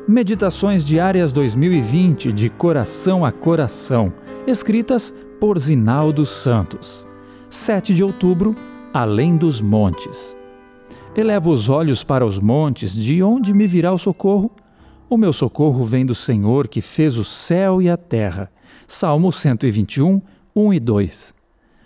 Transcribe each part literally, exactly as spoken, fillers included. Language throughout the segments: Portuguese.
Meditações Diárias dois mil e vinte, de Coração a Coração, escritas por Zinaldo Santos. sete de outubro, Além dos Montes. Elevo os olhos para os montes, de onde me virá o socorro? O meu socorro vem do Senhor, que fez o céu e a terra. Salmo cento e vinte e um, um e dois.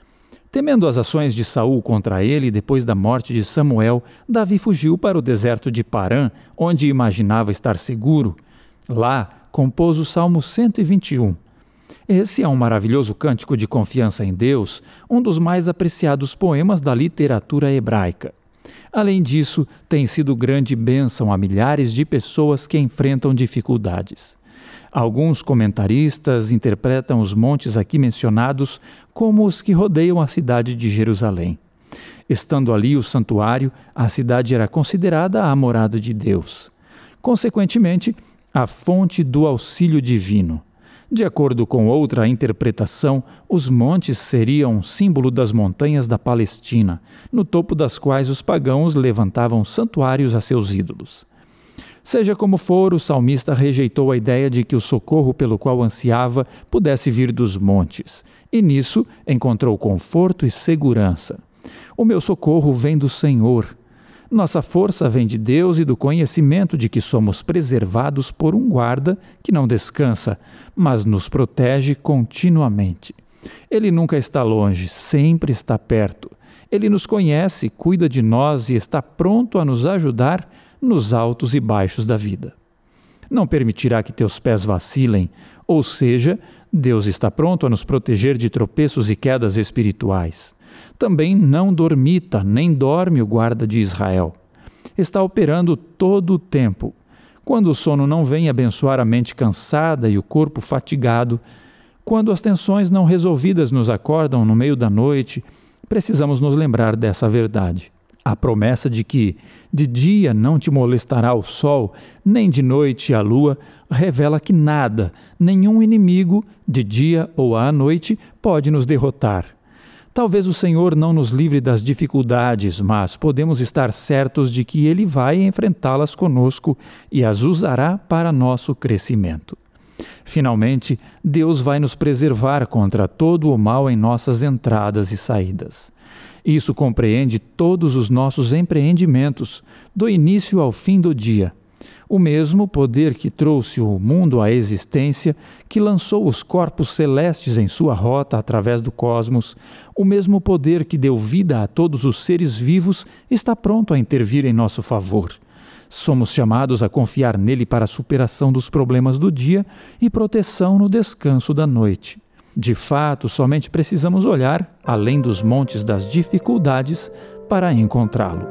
Temendo as ações de Saul contra ele, depois da morte de Samuel, Davi fugiu para o deserto de Parã, onde imaginava estar seguro. Lá, compôs o Salmo cento e vinte e um. Esse é um maravilhoso cântico de confiança em Deus, um dos mais apreciados poemas da literatura hebraica. Além disso, tem sido grande bênção a milhares de pessoas que enfrentam dificuldades. Alguns comentaristas interpretam os montes aqui mencionados como os que rodeiam a cidade de Jerusalém. Estando ali o santuário, a cidade era considerada a morada de Deus. Consequentemente, a fonte do auxílio divino. De acordo com outra interpretação, os montes seriam um símbolo das montanhas da Palestina, no topo das quais os pagãos levantavam santuários a seus ídolos. Seja como for, o salmista rejeitou a ideia de que o socorro pelo qual ansiava pudesse vir dos montes, e nisso encontrou conforto e segurança. O meu socorro vem do Senhor. Nossa força vem de Deus e do conhecimento de que somos preservados por um guarda que não descansa, mas nos protege continuamente. Ele nunca está longe, sempre está perto. Ele nos conhece, cuida de nós e está pronto a nos ajudar nos altos e baixos da vida. Não permitirá que teus pés vacilem, ou seja, Deus está pronto a nos proteger de tropeços e quedas espirituais. Também não dormita, nem dorme o guarda de Israel. Está operando todo o tempo. Quando o sono não vem abençoar a mente cansada e o corpo fatigado, quando as tensões não resolvidas nos acordam no meio da noite, precisamos nos lembrar dessa verdade. A promessa de que de dia não te molestará o sol, nem de noite a lua, revela que nada, nenhum inimigo, de dia ou à noite, pode nos derrotar. Talvez o Senhor não nos livre das dificuldades, mas podemos estar certos de que Ele vai enfrentá-las conosco e as usará para nosso crescimento. Finalmente, Deus vai nos preservar contra todo o mal em nossas entradas e saídas. Isso compreende todos os nossos empreendimentos, do início ao fim do dia. O mesmo poder que trouxe o mundo à existência, que lançou os corpos celestes em sua rota através do cosmos, o mesmo poder que deu vida a todos os seres vivos, está pronto a intervir em nosso favor. Somos chamados a confiar nele para a superação dos problemas do dia e proteção no descanso da noite. De fato, somente precisamos olhar além dos montes das dificuldades para encontrá-lo.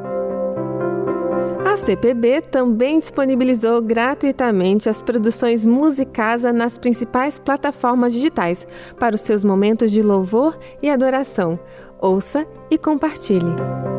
A C P B também disponibilizou gratuitamente as produções Musicasa nas principais plataformas digitais para os seus momentos de louvor e adoração. Ouça e compartilhe.